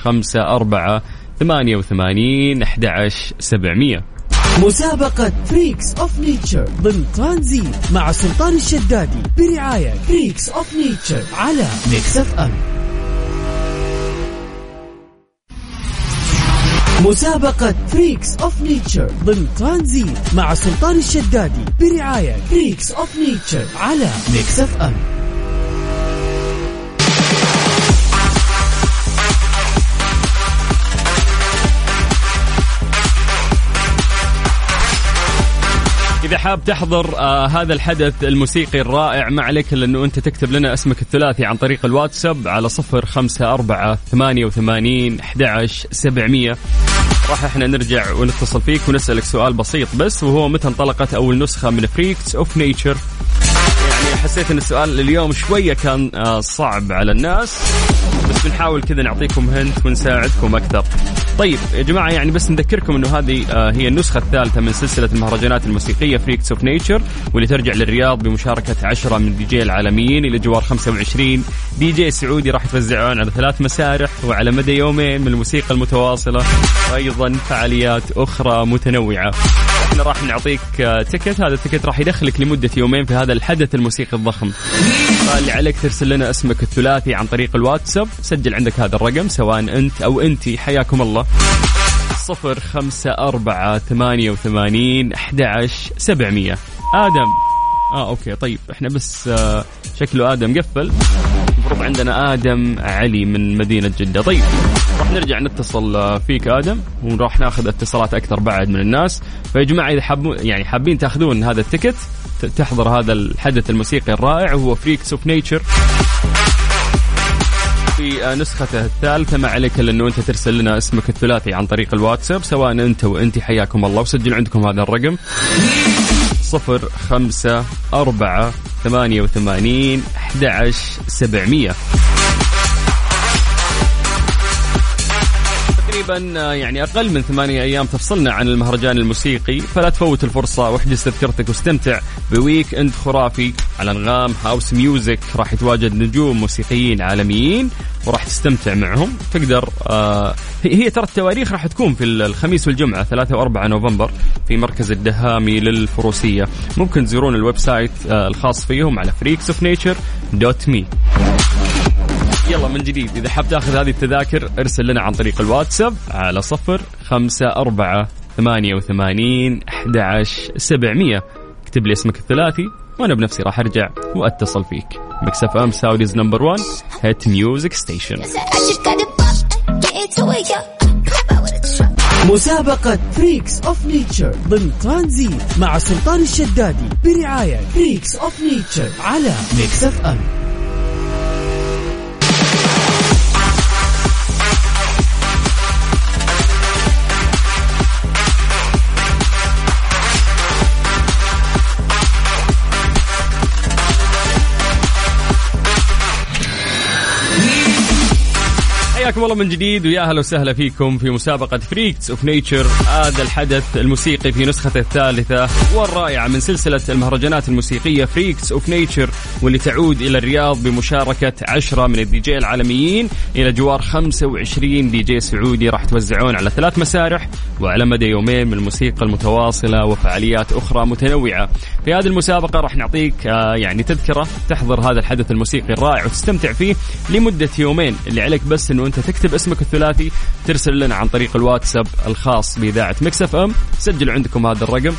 0548811700. مسابقة فريكس اوف نيتشر ضمن ترانزيت مع سلطان الشدادي برعاية فريكس اوف نيتشر على ميكس اف ام. مسابقة فريكس اوف نيتشر ضمن ترانزيت مع سلطان الشدادي برعاية فريكس اوف نيتشر على ميكس اف ام. إذا حاب تحضر هذا الحدث الموسيقي الرائع، ما عليك إلا أنه أنت تكتب لنا اسمك الثلاثي عن طريق الواتساب على 0548811700. راح احنا نرجع ونتصل فيك ونسألك سؤال بسيط بس، وهو متى انطلقت أول نسخة من فريكس اوف نيتشر. يعني حسيت أن السؤال اليوم شوية كان صعب على الناس، بس بنحاول كذا نعطيكم هنت ونساعدكم أكثر. طيب يا جماعة، يعني بس نذكركم أنه هذه هي النسخة الثالثة من سلسلة المهرجانات الموسيقية فريكس اوف نيتشر، واللي ترجع للرياض بمشاركة 10 من الدي جي العالميين إلى جوار 25 دي جي سعودي راح يتوزعون على 3 مسارح وعلى مدى يومين من الموسيقى المتواصلة، وأيضا فعاليات أخرى متنوعة. احنا راح نعطيك تيكت، هذا التيكت راح يدخلك لمدة يومين في هذا الحدث الموسيقي الضخم. فاللي عليك ترسل لنا اسمك الثلاثي عن طريق الواتساب، سجل عندك هذا الرقم سواء أنت أو أنتي، حياكم الله، 0548811700. آدم أوكي، طيب احنا بس شكله آدم قفل، المفروض عندنا آدم علي من مدينة جدة. طيب راح نرجع نتصل فيك آدم، وراح ناخذ اتصالات أكثر بعد من الناس. فيا جماعة إذا حابين تأخذون هذا التيكت تحضر هذا الحدث الموسيقي الرائع، وهو فريكس اوف نيتشر في نسخته الثالثة، ما عليك إلا أنه أنت ترسل لنا اسمك الثلاثي عن طريق الواتساب سواء أنت وأنتي، حياكم الله، وسجل عندكم هذا الرقم 0548811700. تقريبا يعني أقل من 8 أيام تفصلنا عن المهرجان الموسيقي، فلا تفوت الفرصة واحجز تذكرتك واستمتع بويك اند خرافي على أنغام هاوس ميوزك. راح يتواجد نجوم موسيقيين عالميين وراح تستمتع معهم. تقدر هي ترى التواريخ راح تكون في الخميس والجمعة 3 و4 نوفمبر في مركز الدهامي للفروسية. ممكن تزورون الويب سايت الخاص فيهم على freaksofnature.me. يلا من جديد، إذا حاب تأخذ هذه التذاكر ارسل لنا عن طريق الواتساب على 0548811700. اكتب لي اسمك الثلاثي وأنا بنفسي راح أرجع وأتصل فيك. ميكس اف ام سعوديز نمبر 1 هيت ميوزك ستيشن. مسابقة فريكس اوف نيتشر ضمن ترانزيت مع سلطان الشدادي برعاية فريكس اوف نيتشر على ميكس اف ام. حياكم الله من جديد، ويا اهلا وسهلا فيكم في مسابقة فريكس اوف نيتشر، هذا الحدث الموسيقي في نسخته الثالثة والرائعة من سلسلة المهرجانات الموسيقية فريكس اوف نيتشر، واللي تعود إلى الرياض بمشاركة 10 من الدي جي العالميين إلى جوار 25 دي جي سعودي راح توزعون على 3 مسارح وعلى مدى يومين من الموسيقى المتواصلة وفعاليات أخرى متنوعة. في هذه المسابقة راح نعطيك يعني تذكرة تحضر هذا الحدث الموسيقي الرائع وتستمتع فيه لمدة يومين. اللي عليك بس إنه أنت تكتب اسمك الثلاثي، ترسل لنا عن طريق الواتساب الخاص بإذاعة ميكس اف ام. سجلوا عندكم هذا الرقم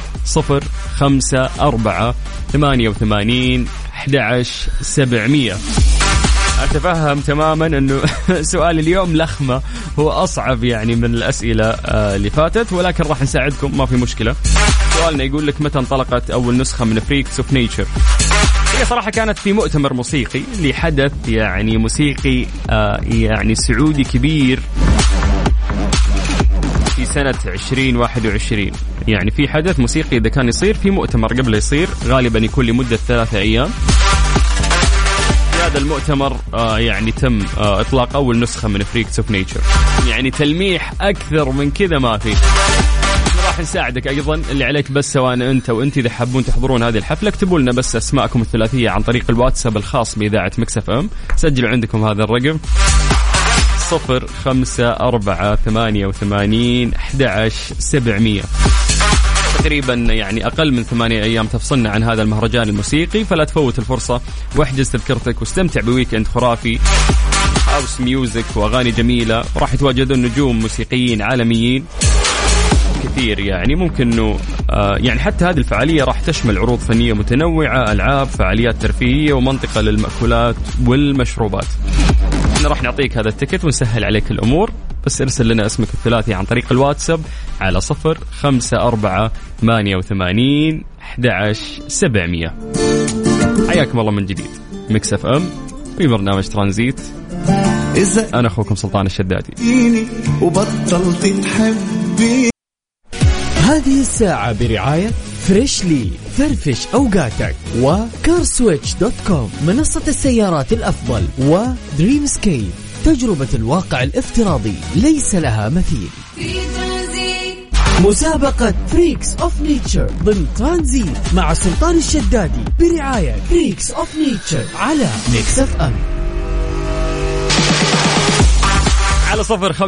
0548811700. أتفهم تماما أنه سؤال اليوم لخمة، هو أصعب يعني من الأسئلة اللي فاتت، ولكن راح نساعدكم ما في مشكلة. سؤالنا يقول لك متى انطلقت أول نسخة من فريكس اوف نيتشر؟ هي صراحة كانت في مؤتمر موسيقي لحدث يعني موسيقي يعني سعودي كبير في سنة 2021. يعني في حدث موسيقي إذا كان يصير في مؤتمر قبل يصير، غالبا يكون لمدة 3 أيام. هذا المؤتمر يعني تم إطلاق أول نسخة من فريكس اوف نيتشر. يعني تلميح أكثر من كذا ما في. راح نساعدك أيضا. اللي عليك بس سواء أنت وأنت إذا حابون تحضرون هذه الحفلة، اكتبوا لنا بس أسماءكم الثلاثية عن طريق الواتساب الخاص بإذاعة ميكس اف ام. سجلوا عندكم هذا الرقم 0548811700. تقريبا يعني أقل من 8 أيام تفصلنا عن هذا المهرجان الموسيقي، فلا تفوت الفرصة واحجز تذكرتك واستمتع بويكند خرافي هاوس ميوزك وأغاني جميلة، وراح يتواجدون نجوم موسيقيين عالميين كثير. يعني ممكن إنه يعني حتى هذه الفعالية راح تشمل عروض فنية متنوعة، ألعاب، فعاليات ترفيهية، ومنطقة للمأكولات والمشروبات. احنا راح نعطيك هذا التيكت ونسهل عليك الأمور، بس ارسل لنا اسمك الثلاثي عن طريق الواتساب على 0548811700. حياكم الله من جديد. ميكس اف ام في برنامج ترانزيت. أنا أخوكم سلطان الشدادي. وبطلت تحبي. هذه الساعة برعاية فريشلي، فرفش أوقاتك، وكارسويتش.com منصة السيارات الأفضل، ودريمسكيب تجربة الواقع الافتراضي ليس لها مثيل. مسابقة فريكس اوف نيتشر ضمن ترانزيت مع سلطان الشدادي برعاية فريكس اوف نيتشر على ميكس اف ام. على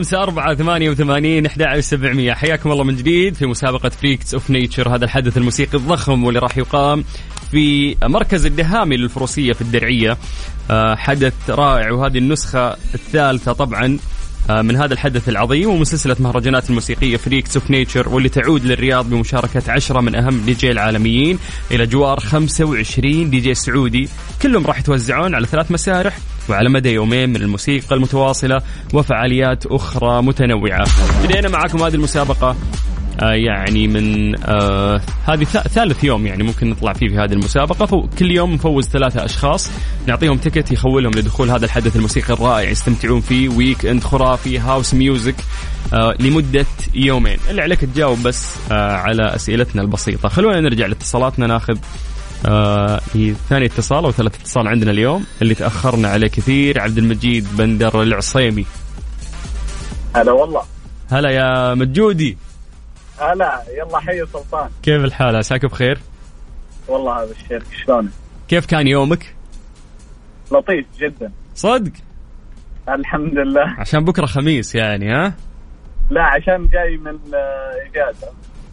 0548811700. حياكم الله من جديد في مسابقة فريكس اوف نيتشر. هذا الحدث الموسيقي الضخم واللي راح يقام في مركز الدهامي للفروسية في الدرعية. حدث رائع، وهذه النسخة الثالثة طبعا من هذا الحدث العظيم، ومن سلسلة مهرجانات الموسيقية فريكس اوف نيتشر، واللي تعود للرياض بمشاركة 10 من أهم دي جي العالميين إلى جوار 25 دي جي سعودي. كلهم راح يتوزعون على 3 مسارح وعلى مدى يومين من الموسيقى المتواصلة وفعاليات أخرى متنوعة. بدينا معكم هذه المسابقة يعني من هذه ثالث يوم يعني ممكن نطلع فيه في هذه المسابقة. كل يوم نفوز 3 أشخاص، نعطيهم تيكت يخولهم لدخول هذا الحدث الموسيقي الرائع، يستمتعون فيه ويك اند خرافي هاوس ميوزك لمدة يومين. اللي عليك تجاوب بس على أسئلتنا البسيطة. خلونا نرجع لاتصالاتنا، ناخذ ثاني اتصال أو 3 اتصال عندنا اليوم اللي تأخرنا عليه كثير. عبد المجيد بندر العصيمي. هلا والله. هلا يا مجودي. هلا، يلا حي سلطان. كيف الحال؟ عساك بخير؟ والله هذا الشيء. شلونك؟ كيف كان يومك؟ لطيف جدا. صدق؟ الحمد لله. عشان بكرة خميس يعني ها؟ لا، عشان جاي من إجازة.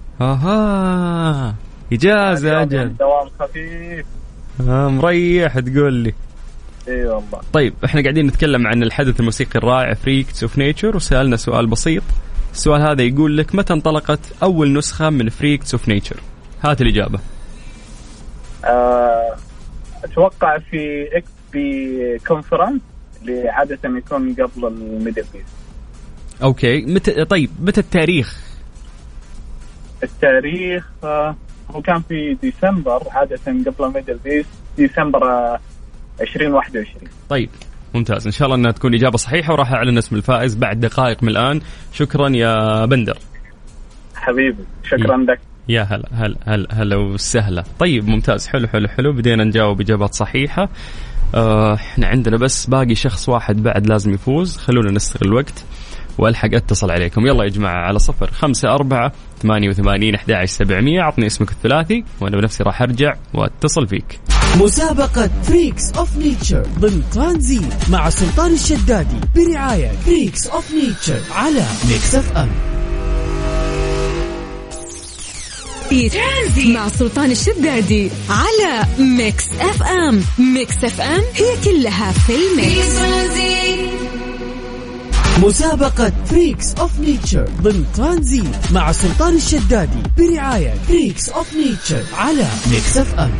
إجازة أجل. دوام خفيف. مريح تقول لي. اي والله. طيب احنا قاعدين نتكلم عن الحدث الموسيقي الرائع فريكس اوف نيتشر، وسألنا سؤال بسيط. السؤال هذا يقول لك متى انطلقت أول نسخة من فريكس اوف نيتشر؟ هات الإجابة. أتوقع في اكس بي كونفرنس اللي عادة يكون قبل الميدل بيس. اوكي، متى التاريخ؟ التاريخ هو كان في ديسمبر، عادة قبل الميدل بيس، ديسمبر 2021. طيب ممتاز، إن شاء الله أنها تكون إجابة صحيحة، وراح أعلن اسم الفائز بعد دقائق من الآن. شكرا يا بندر حبيبي. شكرا لك. يا هلا وسهلا. طيب ممتاز، حلو. بدينا نجاوب إجابات صحيحة. احنا عندنا بس باقي شخص واحد بعد لازم يفوز. خلونا نستغل الوقت والحق اتصل عليكم. يلا يا جماعة على 0548811700. عطني اسمك الثلاثي وأنا بنفسي راح أرجع وأتصل فيك. مسابقة فريكس اوف نيتشر ضمن ترانزيت مع سلطان الشدادي برعاية فريكس اوف نيتشر على ميكس اف ام. ترانزيت مع سلطان الشدادي على ميكس اف ام. ميكس اف ام هي كلها في الميكس. مسابقة فريكس اوف نيتشر ضمن ترانزيت مع سلطان الشدادي برعاية فريكس اوف نيتشر على ميكس اف ام.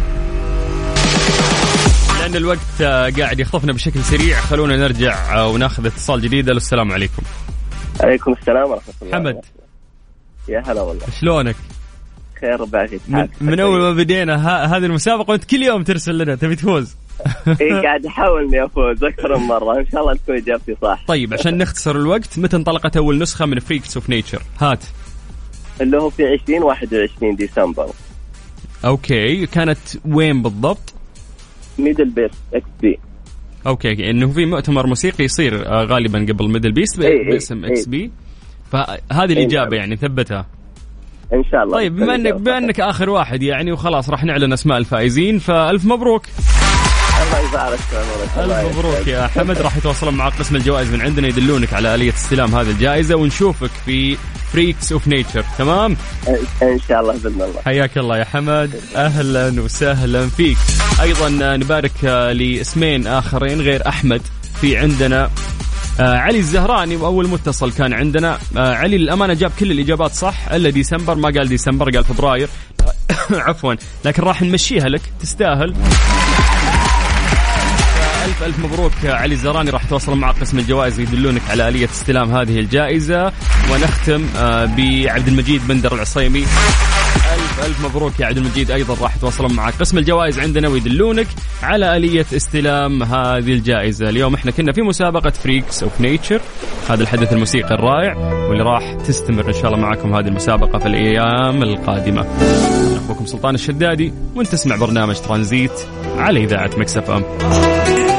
لأن الوقت قاعد يخطفنا بشكل سريع، خلونا نرجع وناخذ اتصال جديد. السلام عليكم. عليكم السلام ورحمة الله. حمد. يا هلا والله. شلونك؟ خير وبعافية. من أول ما بدينا هذه المسابقة وأنت كل يوم ترسل لنا تبي تفوز. إيه قاعد أحاول إني أفوز أكثر من مرة، إن شاء الله تكون إجابتي صح. طيب عشان نختصر الوقت، متى انطلقت أول نسخة من فريكس اوف نيتشر؟ هات. اللي هو في 2021 ديسمبر. أوكي، كانت وين بالضبط؟ ميدل بيس اكس بي. اوكي، انه في مؤتمر موسيقي يصير غالبا قبل ميدل بيس باسم اكس بي. فهذه الاجابه يعني ثبتها ان شاء الله. طيب بما انك اخر واحد يعني وخلاص راح نعلن اسماء الفائزين، فالف مبروك. الله يبارك فيك. الف مبروك يا حمد. راح يتواصلون مع قسم الجوائز من عندنا يدلونك على آلية استلام هذه الجائزة، ونشوفك في فريكس اوف نيتشر. تمام ان شاء الله باذن الله. حياك الله يا حمد، اهلا وسهلا فيك. ايضا نبارك لاسمين اخرين غير احمد. في عندنا علي الزهراني وأول متصل كان عندنا. علي للأمانة جاب كل الإجابات صح إلا ديسمبر، ما قال ديسمبر قال فبراير. عفوا، لكن راح نمشيها لك، تستاهل. ألف مبروك علي الزهراني. راح تواصل مع قسم الجوائز يدلونك على آلية استلام هذه الجائزة. ونختم بعبد المجيد بندر العصيمي. ألف مبروك يا عبد المجيد، أيضا راح تواصلون مع قسم الجوائز عندنا ويدلونك على آلية استلام هذه الجائزة. اليوم احنا كنا في مسابقة فريكس أوف نيتشر، هذا الحدث الموسيقي الرائع واللي راح تستمر إن شاء الله معكم هذه المسابقة في الأيام القادمة. أخوكم سلطان الشدادي، وانت تسمع برنامج ترانزيت على إذاعة ميكس اف ام.